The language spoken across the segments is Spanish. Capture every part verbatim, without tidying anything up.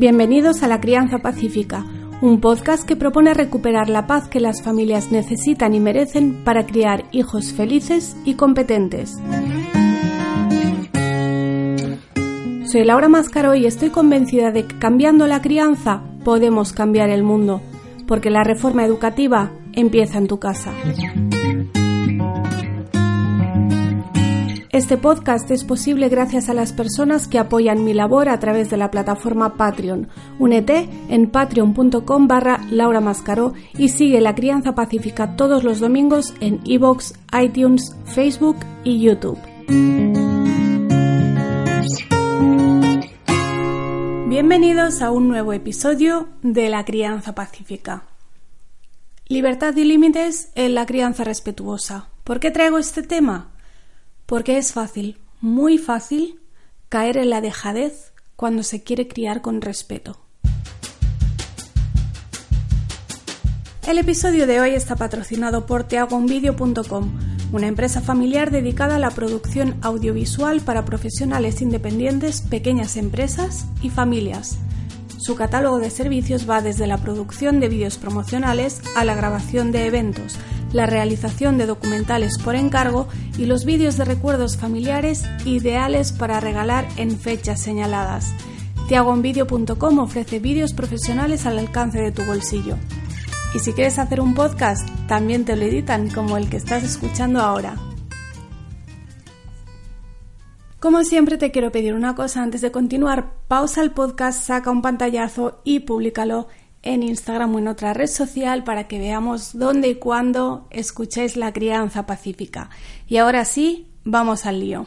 Bienvenidos a La Crianza Pacífica, un podcast que propone recuperar la paz que las familias necesitan y merecen para criar hijos felices y competentes. Soy Laura Mascaró y estoy convencida de que cambiando la crianza podemos cambiar el mundo, porque la reforma educativa empieza en tu casa. Este podcast es posible gracias a las personas que apoyan mi labor a través de la plataforma Patreon. Únete en patreon.com barra Laura Mascaró y sigue La Crianza Pacífica todos los domingos en iVoox, iTunes, Facebook y YouTube. Bienvenidos a un nuevo episodio de La Crianza Pacífica. Libertad y límites en la crianza respetuosa. ¿Por qué traigo este tema? Porque es fácil, muy fácil, caer en la dejadez cuando se quiere criar con respeto. El episodio de hoy está patrocinado por te hago un vídeo punto com, una empresa familiar dedicada a la producción audiovisual para profesionales independientes, pequeñas empresas y familias. Su catálogo de servicios va desde la producción de vídeos promocionales a la grabación de eventos, la realización de documentales por encargo y los vídeos de recuerdos familiares ideales para regalar en fechas señaladas. te hago un vídeo punto com ofrece vídeos profesionales al alcance de tu bolsillo. Y si quieres hacer un podcast, también te lo editan como el que estás escuchando ahora. Como siempre te quiero pedir una cosa antes de continuar: pausa el podcast, saca un pantallazo y públicalo en Instagram o en otra red social para que veamos dónde y cuándo escuchéis La Crianza Pacífica. Y ahora sí, vamos al lío.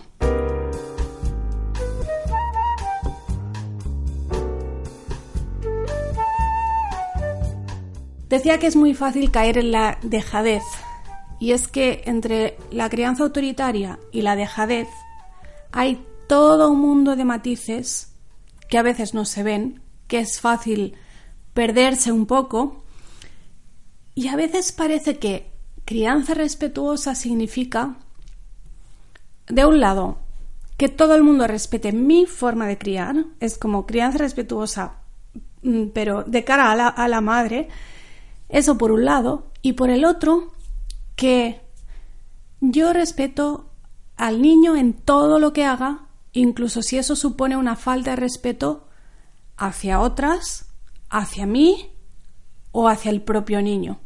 Decía que es muy fácil caer en la dejadez, y es que entre la crianza autoritaria y la dejadez hay todo un mundo de matices que a veces no se ven, que es fácil perderse un poco, y a veces parece que crianza respetuosa significa, de un lado, que todo el mundo respete mi forma de criar, es como crianza respetuosa, pero de cara a la, a la madre, eso por un lado, y por el otro, que yo respeto al niño en todo lo que haga, incluso si eso supone una falta de respeto hacia otras, hacia mí o hacia el propio niño.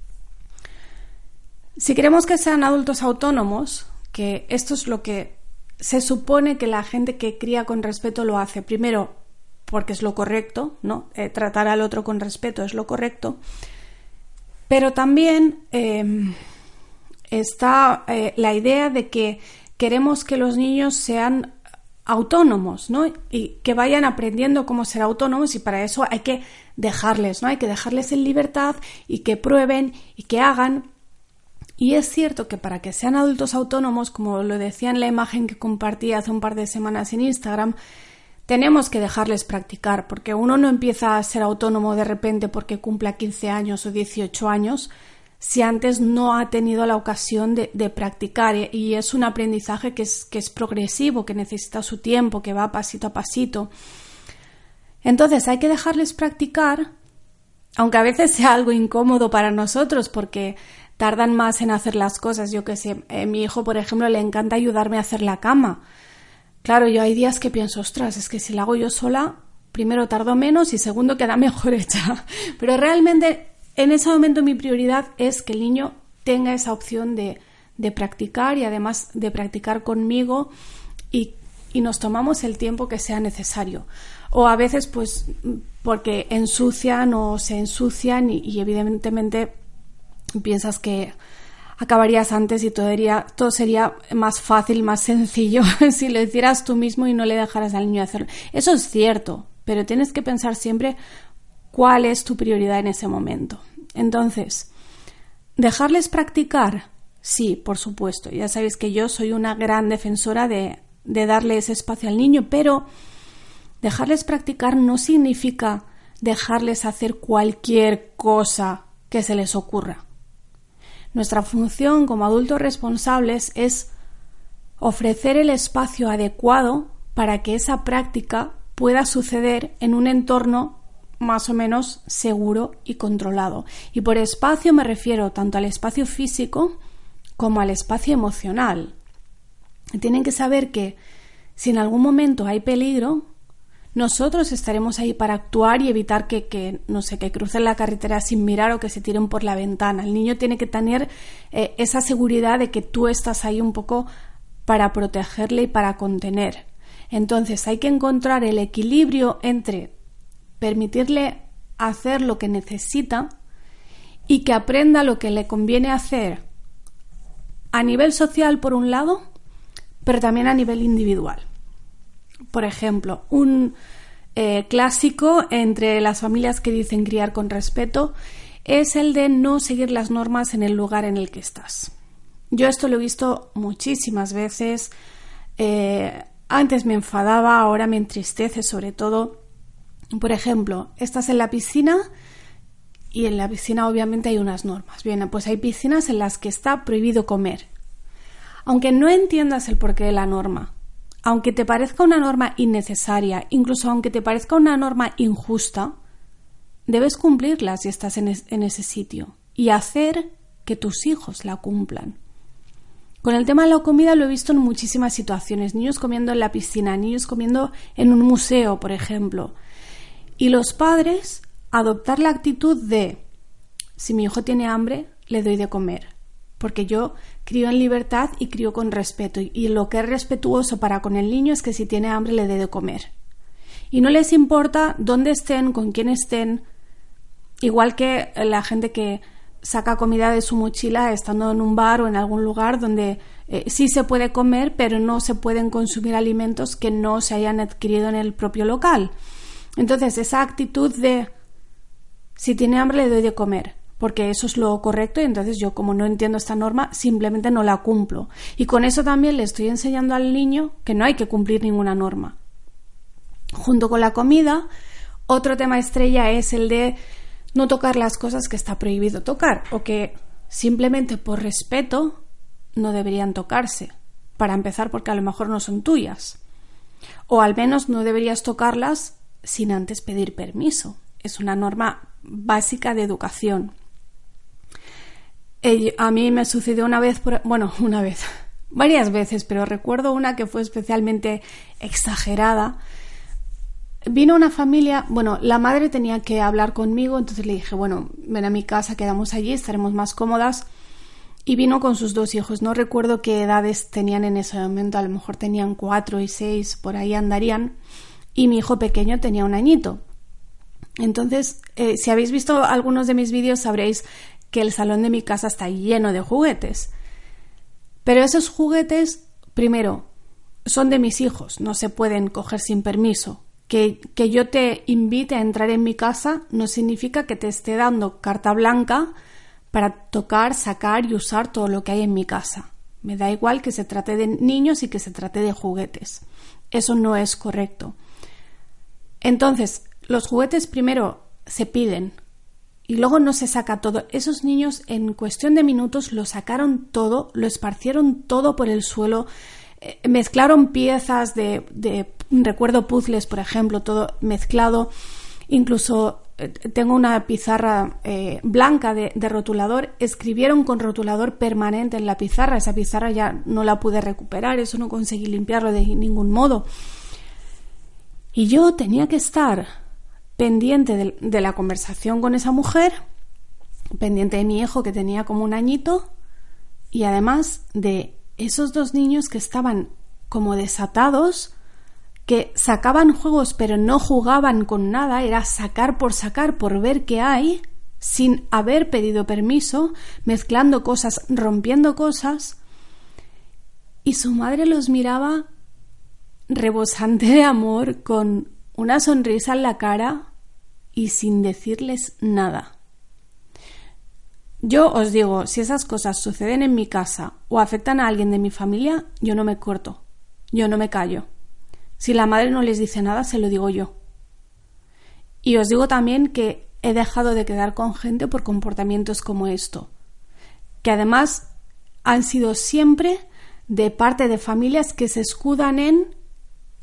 Si queremos que sean adultos autónomos, que esto es lo que se supone que la gente que cría con respeto lo hace, primero porque es lo correcto, ¿no? Eh, tratar al otro con respeto es lo correcto, pero también eh, está eh, la idea de que queremos que los niños sean autónomos, ¿no? Y que vayan aprendiendo cómo ser autónomos, y para eso hay que dejarles, ¿no? Hay que dejarles en libertad y que prueben y que hagan. Y es cierto que para que sean adultos autónomos, como lo decía en la imagen que compartí hace un par de semanas en Instagram, tenemos que dejarles practicar, porque uno no empieza a ser autónomo de repente porque cumpla quince años o dieciocho años, si antes no ha tenido la ocasión de, de practicar, y es un aprendizaje que es, que es progresivo, que necesita su tiempo, que va pasito a pasito. Entonces hay que dejarles practicar, aunque a veces sea algo incómodo para nosotros porque tardan más en hacer las cosas. Yo qué sé, a mi hijo, por ejemplo, le encanta ayudarme a hacer la cama. Claro, yo hay días que pienso, ostras, es que si la hago yo sola, primero tardo menos y segundo queda mejor hecha. Pero realmente en ese momento mi prioridad es que el niño tenga esa opción de, de practicar, y además de practicar conmigo, y, y nos tomamos el tiempo que sea necesario. O a veces pues porque ensucian o se ensucian y, y evidentemente piensas que acabarías antes y todo, sería, todo sería más fácil, más sencillo si lo hicieras tú mismo y no le dejaras al niño hacerlo. Eso es cierto, pero tienes que pensar siempre cuál es tu prioridad en ese momento. Entonces, ¿dejarles practicar? Sí, por supuesto. Ya sabéis que yo soy una gran defensora de, de darle ese espacio al niño, pero dejarles practicar no significa dejarles hacer cualquier cosa que se les ocurra. Nuestra función como adultos responsables es ofrecer el espacio adecuado para que esa práctica pueda suceder en un entorno más o menos seguro y controlado. Y por espacio me refiero tanto al espacio físico como al espacio emocional. Tienen que saber que si en algún momento hay peligro, nosotros estaremos ahí para actuar y evitar que, que no sé, que crucen la carretera sin mirar o que se tiren por la ventana. El niño tiene que tener eh, esa seguridad de que tú estás ahí un poco para protegerle y para contener. Entonces hay que encontrar el equilibrio entre permitirle hacer lo que necesita y que aprenda lo que le conviene hacer a nivel social por un lado, pero también a nivel individual. Por ejemplo, un eh, clásico entre las familias que dicen criar con respeto es el de no seguir las normas en el lugar en el que estás. Yo esto lo he visto muchísimas veces. Eh, antes me enfadaba, ahora me entristece sobre todo. Por ejemplo, estás en la piscina y en la piscina obviamente hay unas normas. Bien, pues hay piscinas en las que está prohibido comer. Aunque no entiendas el porqué de la norma, aunque te parezca una norma innecesaria, incluso aunque te parezca una norma injusta, debes cumplirla si estás en, es- en ese sitio y hacer que tus hijos la cumplan. Con el tema de la comida lo he visto en muchísimas situaciones. Niños comiendo en la piscina, niños comiendo en un museo, por ejemplo. Y los padres adoptar la actitud de, si mi hijo tiene hambre, le doy de comer. Porque yo crío en libertad y crío con respeto. Y lo que es respetuoso para con el niño es que si tiene hambre le dé de comer. Y no les importa dónde estén, con quién estén. Igual que la gente que saca comida de su mochila estando en un bar o en algún lugar donde eh, sí se puede comer, pero no se pueden consumir alimentos que no se hayan adquirido en el propio local. Entonces, esa actitud de si tiene hambre le doy de comer, porque eso es lo correcto y entonces yo, como no entiendo esta norma, simplemente no la cumplo. Y con eso también le estoy enseñando al niño que no hay que cumplir ninguna norma. Junto con la comida, otro tema estrella es el de no tocar las cosas que está prohibido tocar o que simplemente por respeto no deberían tocarse. Para empezar, porque a lo mejor no son tuyas. O al menos no deberías tocarlas sin antes pedir permiso. Es una norma básica de educación. Eh, a mí me sucedió una vez, por, bueno, una vez, varias veces, pero recuerdo una que fue especialmente exagerada. Vino una familia, bueno, la madre tenía que hablar conmigo, entonces le dije, bueno, ven a mi casa, quedamos allí, estaremos más cómodas. Y vino con sus dos hijos. No recuerdo qué edades tenían en ese momento, a lo mejor tenían cuatro y seis, por ahí andarían. Y mi hijo pequeño tenía un añito. Entonces, eh, si habéis visto algunos de mis vídeos, sabréis que el salón de mi casa está lleno de juguetes. Pero esos juguetes, primero, son de mis hijos, no se pueden coger sin permiso. Que, que yo te invite a entrar en mi casa no significa que te esté dando carta blanca para tocar, sacar y usar todo lo que hay en mi casa. Me da igual que se trate de niños y que se trate de juguetes. Eso no es correcto. Entonces, los juguetes primero se piden y luego no se saca todo. Esos niños en cuestión de minutos lo sacaron todo, lo esparcieron todo por el suelo, eh, mezclaron piezas de, de, recuerdo puzzles, por ejemplo, todo mezclado. Incluso eh, tengo una pizarra eh, blanca de, de rotulador, escribieron con rotulador permanente en la pizarra. Esa pizarra ya no la pude recuperar, eso no conseguí limpiarlo de ningún modo. Y yo tenía que estar pendiente de, de la conversación con esa mujer, pendiente de mi hijo que tenía como un añito y además de esos dos niños que estaban como desatados, que sacaban juegos pero no jugaban con nada, era sacar por sacar, por ver qué hay, sin haber pedido permiso, mezclando cosas, rompiendo cosas, y su madre los miraba rebosante de amor, con una sonrisa en la cara y sin decirles nada. Yo os digo, si esas cosas suceden en mi casa o afectan a alguien de mi familia, yo no me corto, yo no me callo. Si la madre no les dice nada, se lo digo yo. Y os digo también que he dejado de quedar con gente por comportamientos como esto, que además han sido siempre de parte de familias que se escudan en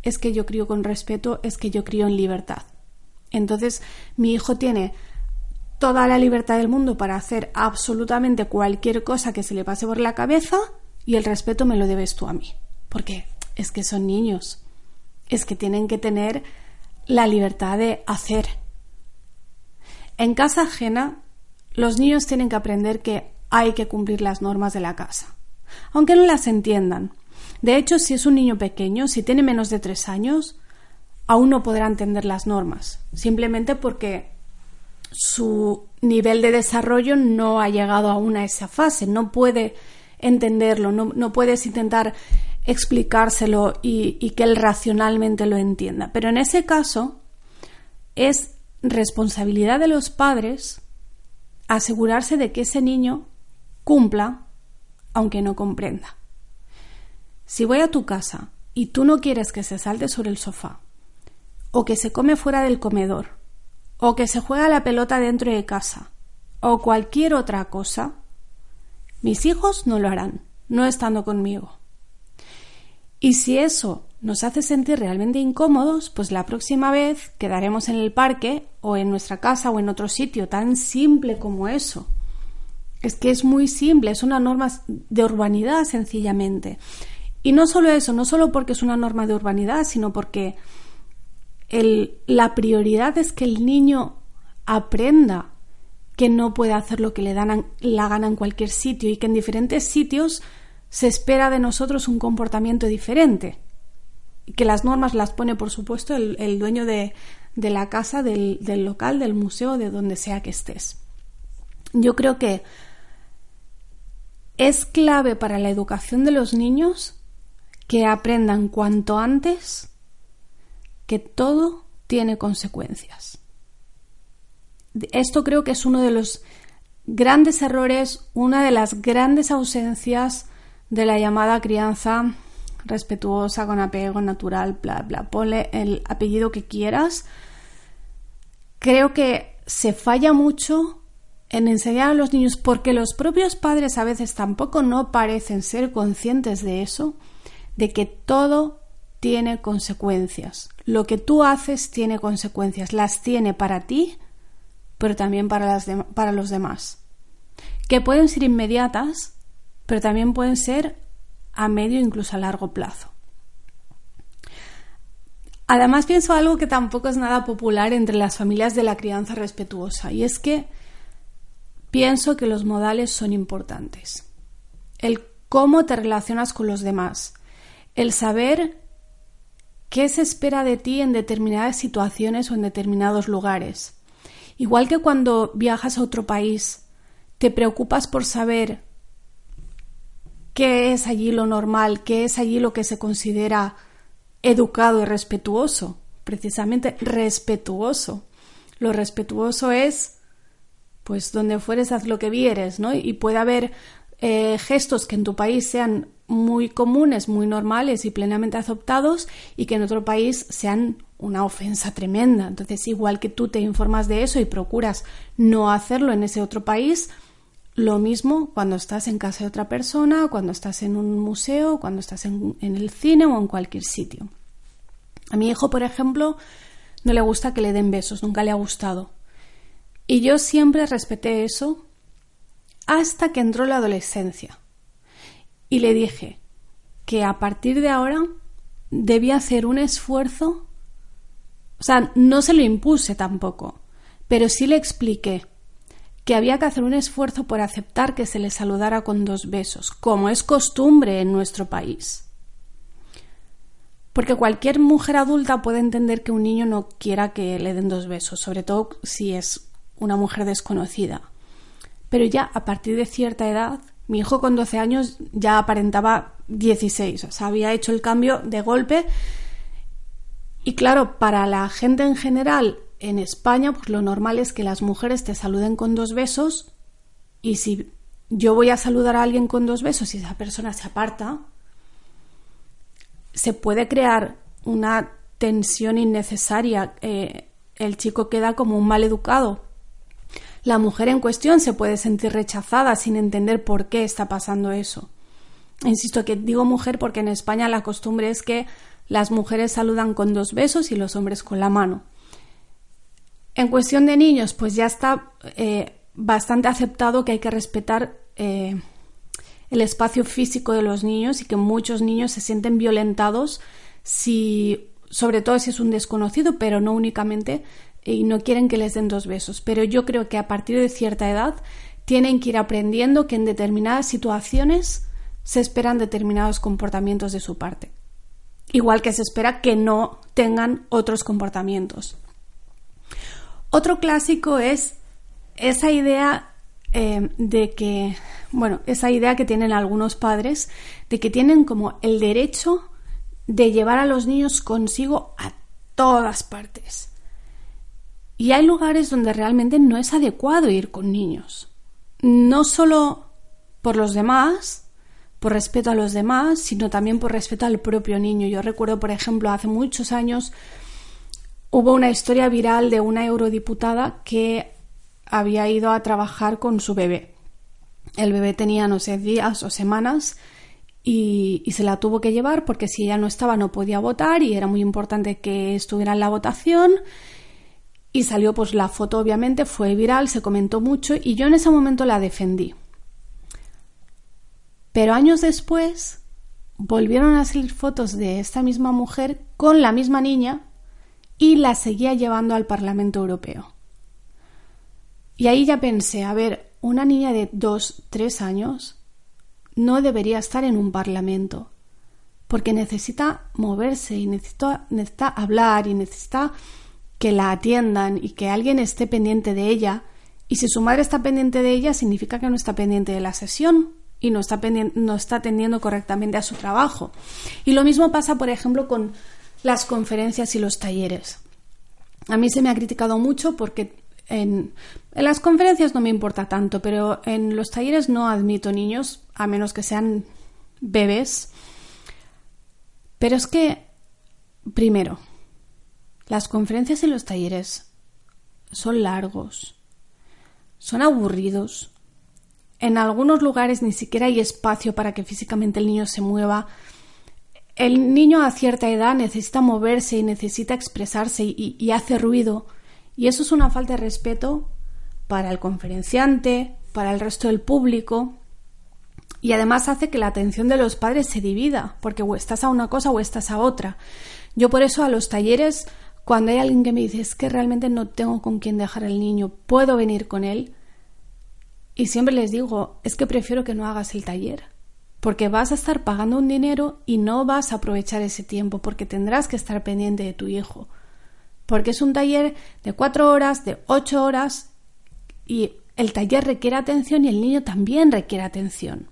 es que yo crío con respeto, es que yo crío en libertad. Entonces, mi hijo tiene toda la libertad del mundo para hacer absolutamente cualquier cosa que se le pase por la cabeza y el respeto me lo debes tú a mí. Porque es que son niños, es que tienen que tener la libertad de hacer. En casa ajena, los niños tienen que aprender que hay que cumplir las normas de la casa, aunque no las entiendan. De hecho, si es un niño pequeño, si tiene menos de tres años, aún no podrá entender las normas, simplemente porque su nivel de desarrollo no ha llegado aún a esa fase, no puede entenderlo, no, no puedes intentar explicárselo y, y que él racionalmente lo entienda. Pero en ese caso es responsabilidad de los padres asegurarse de que ese niño cumpla aunque no comprenda. Si voy a tu casa y tú no quieres que se salte sobre el sofá, o que se come fuera del comedor, o que se juega la pelota dentro de casa, o cualquier otra cosa, mis hijos no lo harán, no estando conmigo. Y si eso nos hace sentir realmente incómodos, pues la próxima vez quedaremos en el parque o en nuestra casa o en otro sitio, tan simple como eso. Es que es muy simple, es una norma de urbanidad sencillamente. Y no solo eso, no solo porque es una norma de urbanidad, sino porque el, la prioridad es que el niño aprenda que no puede hacer lo que le dan la gana en cualquier sitio y que en diferentes sitios se espera de nosotros un comportamiento diferente. Y que las normas las pone, por supuesto, el, el dueño de, de la casa, del, del local, del museo, de donde sea que estés. Yo creo que es clave para la educación de los niños que aprendan cuanto antes que todo tiene consecuencias. Esto creo que es uno de los grandes errores, una de las grandes ausencias de la llamada crianza respetuosa, con apego natural, bla, bla. Ponle el apellido que quieras. Creo que se falla mucho en enseñar a los niños, porque los propios padres a veces tampoco no parecen ser conscientes de eso, de que todo tiene consecuencias. Lo que tú haces tiene consecuencias. Las tiene para ti, pero también para, las de- para los demás. Que pueden ser inmediatas, pero también pueden ser a medio e incluso a largo plazo. Además, pienso algo que tampoco es nada popular entre las familias de la crianza respetuosa, y es que pienso que los modales son importantes. El cómo te relacionas con los demás, el saber qué se espera de ti en determinadas situaciones o en determinados lugares. Igual que cuando viajas a otro país, te preocupas por saber qué es allí lo normal, qué es allí lo que se considera educado y respetuoso. Precisamente respetuoso. Lo respetuoso es, pues, donde fueres haz lo que vieres, ¿no? Y puede haber eh, gestos que en tu país sean muy comunes, muy normales y plenamente aceptados, y que en otro país sean una ofensa tremenda. Entonces, igual que tú te informas de eso y procuras no hacerlo en ese otro país, lo mismo cuando estás en casa de otra persona, cuando estás en un museo, cuando estás en, en el cine o en cualquier sitio. A mi hijo, por ejemplo, no le gusta que le den besos, nunca le ha gustado. Y yo siempre respeté eso hasta que entró la adolescencia. Y le dije que a partir de ahora debía hacer un esfuerzo. O sea, no se lo impuse tampoco, pero sí le expliqué que había que hacer un esfuerzo por aceptar que se le saludara con dos besos, como es costumbre en nuestro país. Porque cualquier mujer adulta puede entender que un niño no quiera que le den dos besos, sobre todo si es una mujer desconocida. Pero ya a partir de cierta edad, mi hijo con doce años ya aparentaba dieciséis, o sea, había hecho el cambio de golpe. Y claro, para la gente en general en España, pues lo normal es que las mujeres te saluden con dos besos, y si yo voy a saludar a alguien con dos besos y esa persona se aparta, se puede crear una tensión innecesaria. Eh, el chico queda como un mal educado. La mujer en cuestión se puede sentir rechazada sin entender por qué está pasando eso. Insisto que digo mujer porque en España la costumbre es que las mujeres saludan con dos besos y los hombres con la mano. En cuestión de niños, pues ya está eh, bastante aceptado que hay que respetar eh, el espacio físico de los niños y que muchos niños se sienten violentados, si, sobre todo si es un desconocido, pero no únicamente, y no quieren que les den dos besos. Pero yo creo que a partir de cierta edad tienen que ir aprendiendo que en determinadas situaciones se esperan determinados comportamientos de su parte. Igual que se espera que no tengan otros comportamientos. Otro clásico es esa idea eh, de que, bueno, esa idea que tienen algunos padres de que tienen como el derecho de llevar a los niños consigo a todas partes. Y hay lugares donde realmente no es adecuado ir con niños. No solo por los demás, por respeto a los demás, sino también por respeto al propio niño. Yo recuerdo, por ejemplo, hace muchos años hubo una historia viral de una eurodiputada que había ido a trabajar con su bebé. El bebé tenía, no sé, días o semanas y, y se la tuvo que llevar porque si ella no estaba no podía votar y era muy importante que estuviera en la votación. Y salió, pues la foto obviamente fue viral, se comentó mucho y yo en ese momento la defendí. Pero años después volvieron a salir fotos de esta misma mujer con la misma niña y la seguía llevando al Parlamento Europeo. Y ahí ya pensé, a ver, una niña de dos, tres años no debería estar en un parlamento porque necesita moverse y necesita, necesita hablar y necesita que la atiendan y que alguien esté pendiente de ella. Y si su madre está pendiente de ella, significa que no está pendiente de la sesión y no está, pendiente, no está atendiendo correctamente a su trabajo. Y lo mismo pasa, por ejemplo, con las conferencias y los talleres. A mí se me ha criticado mucho porque en, en las conferencias no me importa tanto, pero en los talleres no admito niños, a menos que sean bebés. Pero es que, primero, las conferencias y los talleres son largos, son aburridos. En algunos lugares ni siquiera hay espacio para que físicamente el niño se mueva. El niño a cierta edad necesita moverse y necesita expresarse y, y hace ruido. Y eso es una falta de respeto para el conferenciante, para el resto del público. Y además hace que la atención de los padres se divida, porque o estás a una cosa o estás a otra. Yo por eso a los talleres, cuando hay alguien que me dice es que realmente no tengo con quién dejar al niño, ¿puedo venir con él? Y siempre les digo, es que prefiero que no hagas el taller, porque vas a estar pagando un dinero y no vas a aprovechar ese tiempo, porque tendrás que estar pendiente de tu hijo. Porque es un taller de cuatro horas, de ocho horas, y el taller requiere atención y el niño también requiere atención.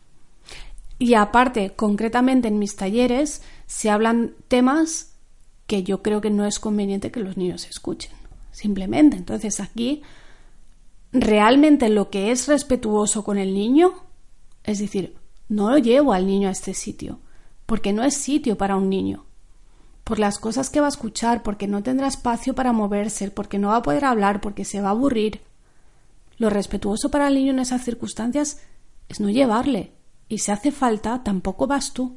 Y aparte, concretamente en mis talleres, se hablan temas que yo creo que no es conveniente que los niños escuchen, simplemente. Entonces aquí, realmente lo que es respetuoso con el niño, es decir, no lo llevo al niño a este sitio, porque no es sitio para un niño, por las cosas que va a escuchar, porque no tendrá espacio para moverse, porque no va a poder hablar, porque se va a aburrir. Lo respetuoso para el niño en esas circunstancias es no llevarle, y si hace falta, tampoco vas tú.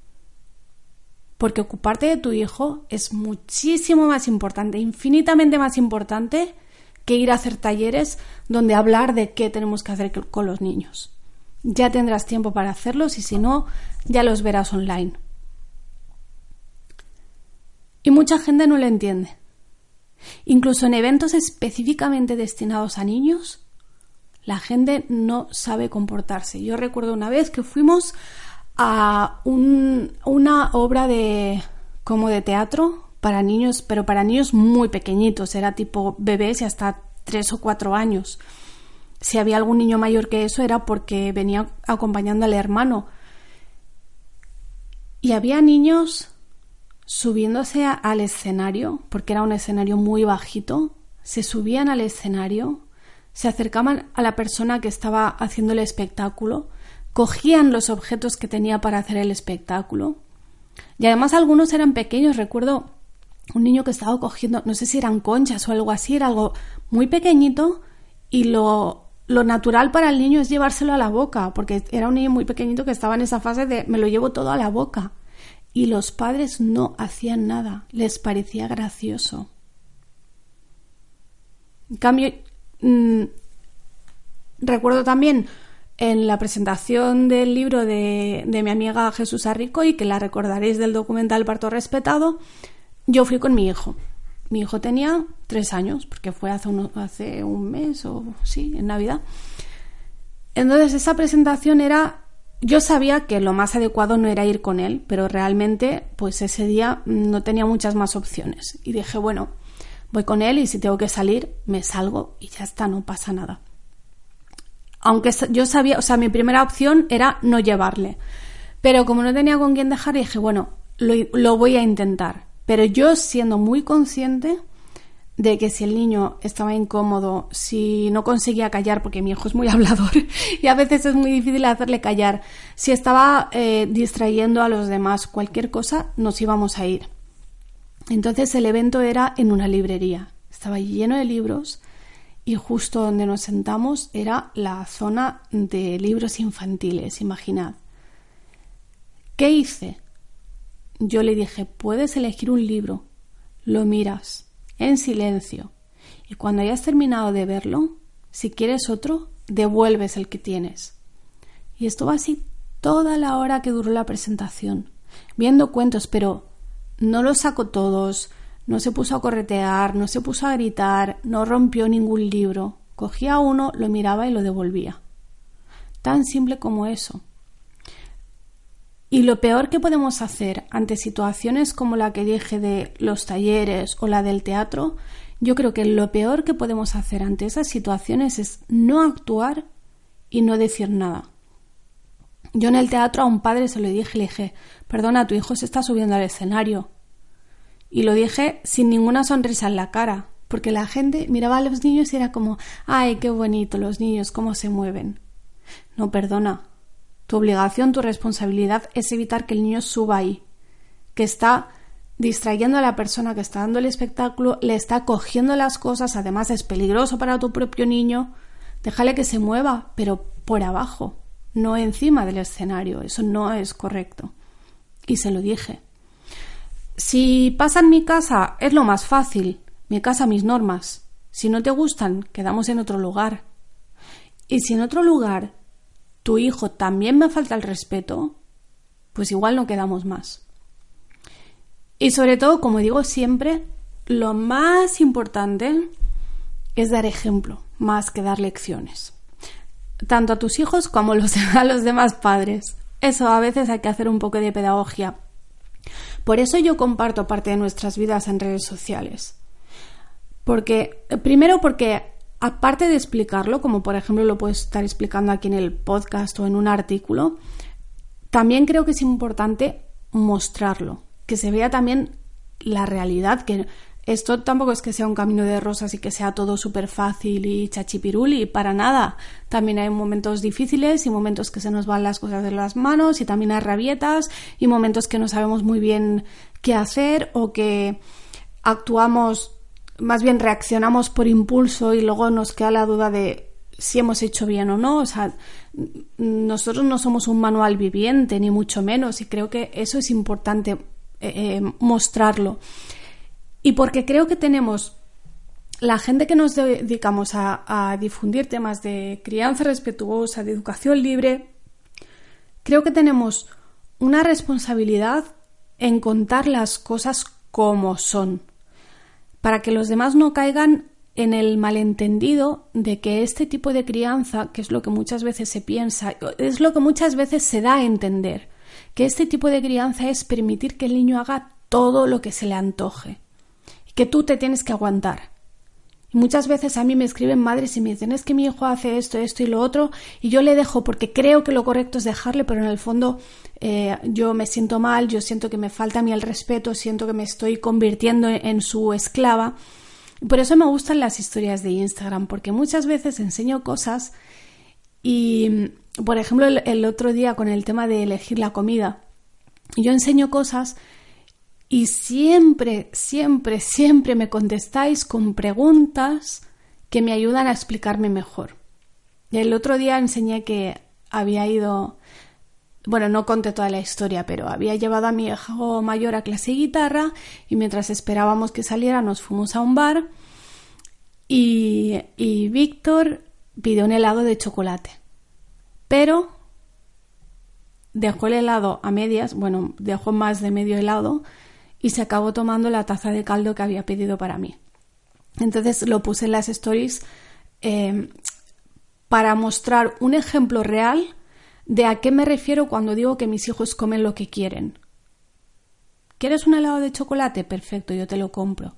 Porque ocuparte de tu hijo es muchísimo más importante, infinitamente más importante que ir a hacer talleres donde hablar de qué tenemos que hacer con los niños. Ya tendrás tiempo para hacerlos y si no, ya los verás online. Y mucha gente no lo entiende. Incluso en eventos específicamente destinados a niños, la gente no sabe comportarse. Yo recuerdo una vez que fuimos a un, una obra de como de teatro para niños, pero para niños muy pequeñitos, era tipo bebés y hasta tres o cuatro años. Si había algún niño mayor que eso era porque venía acompañando al hermano. Y había niños subiéndose a, al escenario, porque era un escenario muy bajito, se subían al escenario, se acercaban a la persona que estaba haciendo el espectáculo, cogían los objetos que tenía para hacer el espectáculo y además algunos eran pequeños. Recuerdo un niño que estaba cogiendo, no sé si eran conchas o algo así, era algo muy pequeñito y lo, lo natural para el niño es llevárselo a la boca, porque era un niño muy pequeñito que estaba en esa fase de me lo llevo todo a la boca. y los padres no hacían nada, les parecía gracioso. En cambio, mmm, recuerdo también en la presentación del libro de, de mi amiga Jesús Arricoy, que la recordaréis del documental Parto Respetado, yo fui con mi hijo. Mi hijo tenía tres años, porque fue hace, uno, hace un mes o sí, en Navidad. Entonces esa presentación era... Yo sabía que lo más adecuado no era ir con él, pero realmente pues ese día no tenía muchas más opciones. Y dije, bueno, voy con él y si tengo que salir, me salgo y ya está, no pasa nada. Aunque yo sabía, o sea, mi primera opción era no llevarle. Pero como no tenía con quién dejar, dije, bueno, lo, lo voy a intentar. Pero yo siendo muy consciente de que si el niño estaba incómodo, si no conseguía callar, porque mi hijo es muy hablador y a veces es muy difícil hacerle callar, si estaba eh, distrayendo a los demás, cualquier cosa, nos íbamos a ir. Entonces el evento era en una librería, estaba lleno de libros y justo donde nos sentamos era la zona de libros infantiles, imaginad. ¿Qué hice? Yo le dije, puedes elegir un libro, lo miras en silencio y cuando hayas terminado de verlo, si quieres otro, devuelves el que tienes. Y estuvo así toda la hora que duró la presentación, viendo cuentos, pero no los sacó todos, no se puso a corretear, no se puso a gritar, no rompió ningún libro. Cogía uno, lo miraba y lo devolvía. Tan simple como eso. Y lo peor que podemos hacer ante situaciones como la que dije de los talleres o la del teatro, yo creo que lo peor que podemos hacer ante esas situaciones es no actuar y no decir nada. Yo en el teatro a un padre se lo dije, le dije, perdona, tu hijo se está subiendo al escenario. Y lo dije sin ninguna sonrisa en la cara, porque la gente miraba a los niños y era como, ay, qué bonito los niños, cómo se mueven. No, perdona. Tu obligación, tu responsabilidad es evitar que el niño suba ahí, que está distrayendo a la persona que está dando el espectáculo, le está cogiendo las cosas, además es peligroso para tu propio niño. Déjale que se mueva, pero por abajo, no encima del escenario. Eso no es correcto. Y se lo dije. Si pasa en mi casa, es lo más fácil. Mi casa, mis normas. Si no te gustan, quedamos en otro lugar. Y si en otro lugar tu hijo también me falta el respeto, pues igual no quedamos más. Y sobre todo, como digo siempre, lo más importante es dar ejemplo, más que dar lecciones. Tanto a tus hijos como a los, a los demás padres. Eso a veces hay que hacer un poco de pedagogía. Por eso yo comparto parte de nuestras vidas en redes sociales. Porque, primero porque aparte de explicarlo, como por ejemplo lo puedo estar explicando aquí en el podcast o en un artículo, también creo que es importante mostrarlo, que se vea también la realidad, que esto tampoco es que sea un camino de rosas y que sea todo súper fácil y chachipiruli, para nada. También hay momentos difíciles y momentos que se nos van las cosas de las manos y también hay rabietas y momentos que no sabemos muy bien qué hacer o que actuamos, más bien reaccionamos por impulso y luego nos queda la duda de si hemos hecho bien o no. O sea, nosotros no somos un manual viviente, ni mucho menos, y creo que eso es importante eh, eh, mostrarlo. Y porque creo que tenemos, la gente que nos dedicamos a, a difundir temas de crianza respetuosa, de educación libre, creo que tenemos una responsabilidad en contar las cosas como son, para que los demás no caigan en el malentendido de que este tipo de crianza, que es lo que muchas veces se piensa, es lo que muchas veces se da a entender, que este tipo de crianza es permitir que el niño haga todo lo que se le antoje, y que tú te tienes que aguantar. Y muchas veces a mí me escriben madres y me dicen, es que mi hijo hace esto, esto y lo otro, y yo le dejo porque creo que lo correcto es dejarle, pero en el fondo eh, yo me siento mal, yo siento que me falta a mí el respeto, siento que me estoy convirtiendo en, en su esclava. Y por eso me gustan las historias de Instagram, porque muchas veces enseño cosas y, por ejemplo, el, el otro día con el tema de elegir la comida, yo enseño cosas y siempre, siempre, siempre me contestáis con preguntas que me ayudan a explicarme mejor. Y el otro día enseñé que había ido bueno, no conté toda la historia, pero había llevado a mi hijo mayor a clase de guitarra y mientras esperábamos que saliera nos fuimos a un bar y, y Víctor pidió un helado de chocolate, pero dejó el helado a medias, bueno, dejó más de medio helado y se acabó tomando la taza de caldo que había pedido para mí. Entonces lo puse en las stories eh, para mostrar un ejemplo real de a qué me refiero cuando digo que mis hijos comen lo que quieren. ¿Quieres un helado de chocolate? Perfecto, yo te lo compro.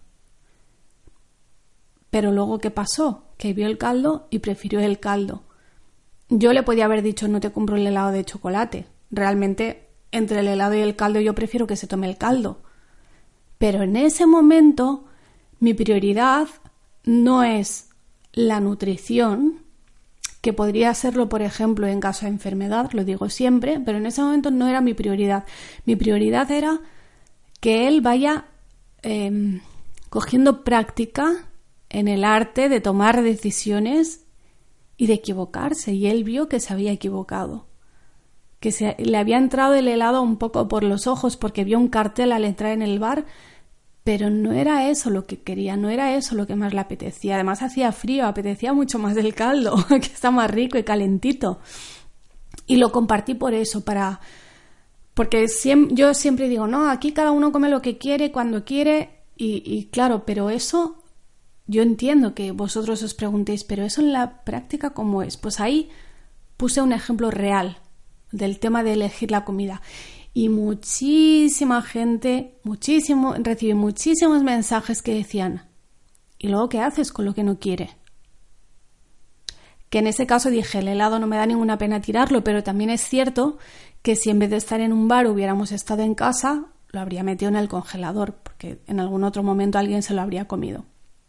Pero luego, ¿qué pasó? Que vio el caldo y prefirió el caldo. Yo le podía haber dicho, no te compro el helado de chocolate. Realmente, entre el helado y el caldo, yo prefiero que se tome el caldo. Pero en ese momento, mi prioridad no es la nutrición, que podría serlo, por ejemplo, en caso de enfermedad, lo digo siempre, pero en ese momento no era mi prioridad. Mi prioridad era que él vaya eh, cogiendo práctica en el arte de tomar decisiones y de equivocarse. Y él vio que se había equivocado, que se, le había entrado el helado un poco por los ojos porque vio un cartel al entrar en el bar, pero no era eso lo que quería, no era eso lo que más le apetecía. Además hacía frío, apetecía mucho más del caldo, que está más rico y calentito. Y lo compartí por eso, para porque siempre, yo siempre digo, no, aquí cada uno come lo que quiere, cuando quiere, y, y claro, pero eso, yo entiendo que vosotros os preguntéis, pero eso en la práctica, ¿cómo es? Pues ahí puse un ejemplo real del tema de elegir la comida. Y muchísima gente, muchísimo, recibí muchísimos mensajes que decían, ¿y luego qué haces con lo que no quiere? Que en ese caso dije, el helado no me da ninguna pena tirarlo, pero también es cierto que si en vez de estar en un bar hubiéramos estado en casa, lo habría metido en el congelador, porque en algún otro momento alguien se lo habría comido.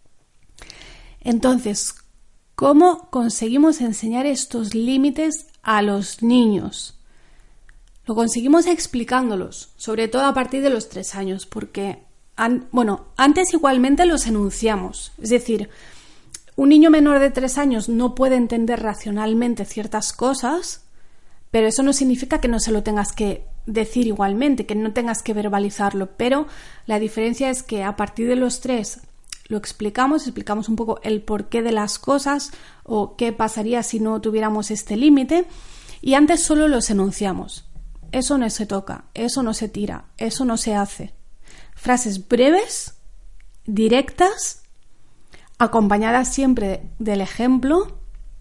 Entonces, ¿cómo conseguimos enseñar estos límites a los niños? Lo conseguimos explicándolos, sobre todo a partir de los tres años, porque, an- bueno, antes igualmente los enunciamos. Es decir, un niño menor de tres años no puede entender racionalmente ciertas cosas, pero eso no significa que no se lo tengas que decir igualmente, que no tengas que verbalizarlo. Pero la diferencia es que a partir de los tres lo explicamos, explicamos un poco el porqué de las cosas o qué pasaría si no tuviéramos este límite, y antes solo los enunciamos. Eso no se toca, eso no se tira, eso no se hace. Frases breves, directas, acompañadas siempre del ejemplo.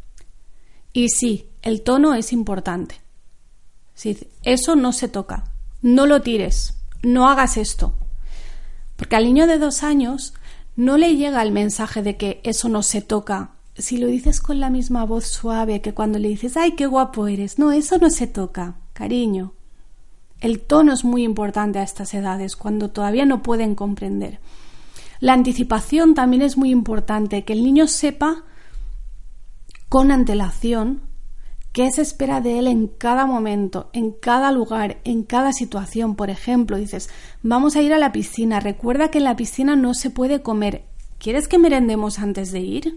Y sí, el tono es importante. Sí, eso no se toca, no lo tires, no hagas esto. Porque al niño de dos años no le llega el mensaje de que eso no se toca. Si lo dices con la misma voz suave que cuando le dices, ¡ay, qué guapo eres! No, eso no se toca, cariño. El tono es muy importante a estas edades, cuando todavía no pueden comprender. La anticipación también es muy importante, que el niño sepa con antelación qué se espera de él en cada momento, en cada lugar, en cada situación. Por ejemplo, dices, vamos a ir a la piscina, recuerda que en la piscina no se puede comer. ¿Quieres que merendemos antes de ir?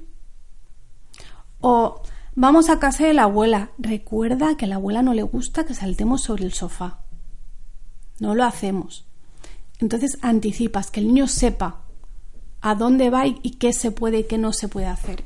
O vamos a casa de la abuela, recuerda que a la abuela no le gusta que saltemos sobre el sofá. No lo hacemos. Entonces anticipas, que el niño sepa a dónde va y qué se puede y qué no se puede hacer.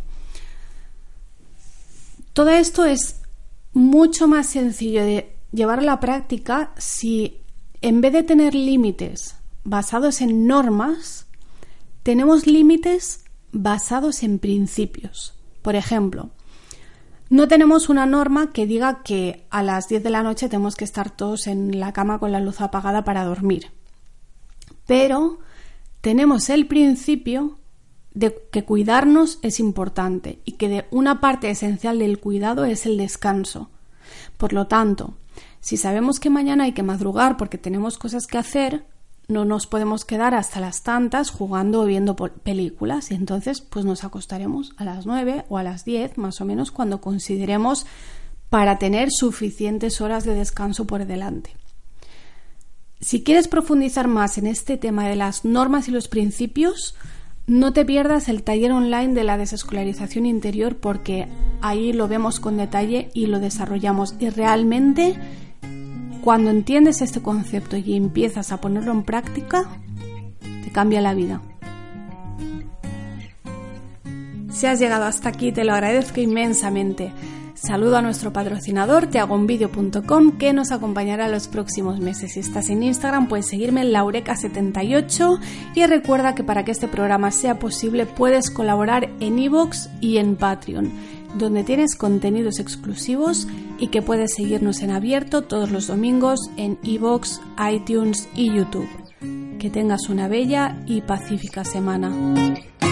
Todo esto es mucho más sencillo de llevar a la práctica si en vez de tener límites basados en normas, tenemos límites basados en principios. Por ejemplo, no tenemos una norma que diga que a las diez de la noche tenemos que estar todos en la cama con la luz apagada para dormir. Pero tenemos el principio de que cuidarnos es importante y que de una parte esencial del cuidado es el descanso. Por lo tanto, si sabemos que mañana hay que madrugar porque tenemos cosas que hacer, no nos podemos quedar hasta las tantas jugando o viendo películas, y entonces pues nos acostaremos a las nueve o a las diez más o menos, cuando consideremos, para tener suficientes horas de descanso por delante. Si quieres profundizar más en este tema de las normas y los principios, no te pierdas el taller online de la desescolarización interior, porque ahí lo vemos con detalle y lo desarrollamos, y realmente Cuando entiendes este concepto y empiezas a ponerlo en práctica, te cambia la vida. Si has llegado hasta aquí, te lo agradezco inmensamente. Saludo a nuestro patrocinador, te hago un vídeo punto com, que nos acompañará los próximos meses. Si estás en Instagram, puedes seguirme en laureca setenta y ocho y recuerda que para que este programa sea posible puedes colaborar en iVoox y en Patreon, donde tienes contenidos exclusivos y que puedes seguirnos en abierto todos los domingos en iVoox, iTunes y YouTube. Que tengas una bella y pacífica semana.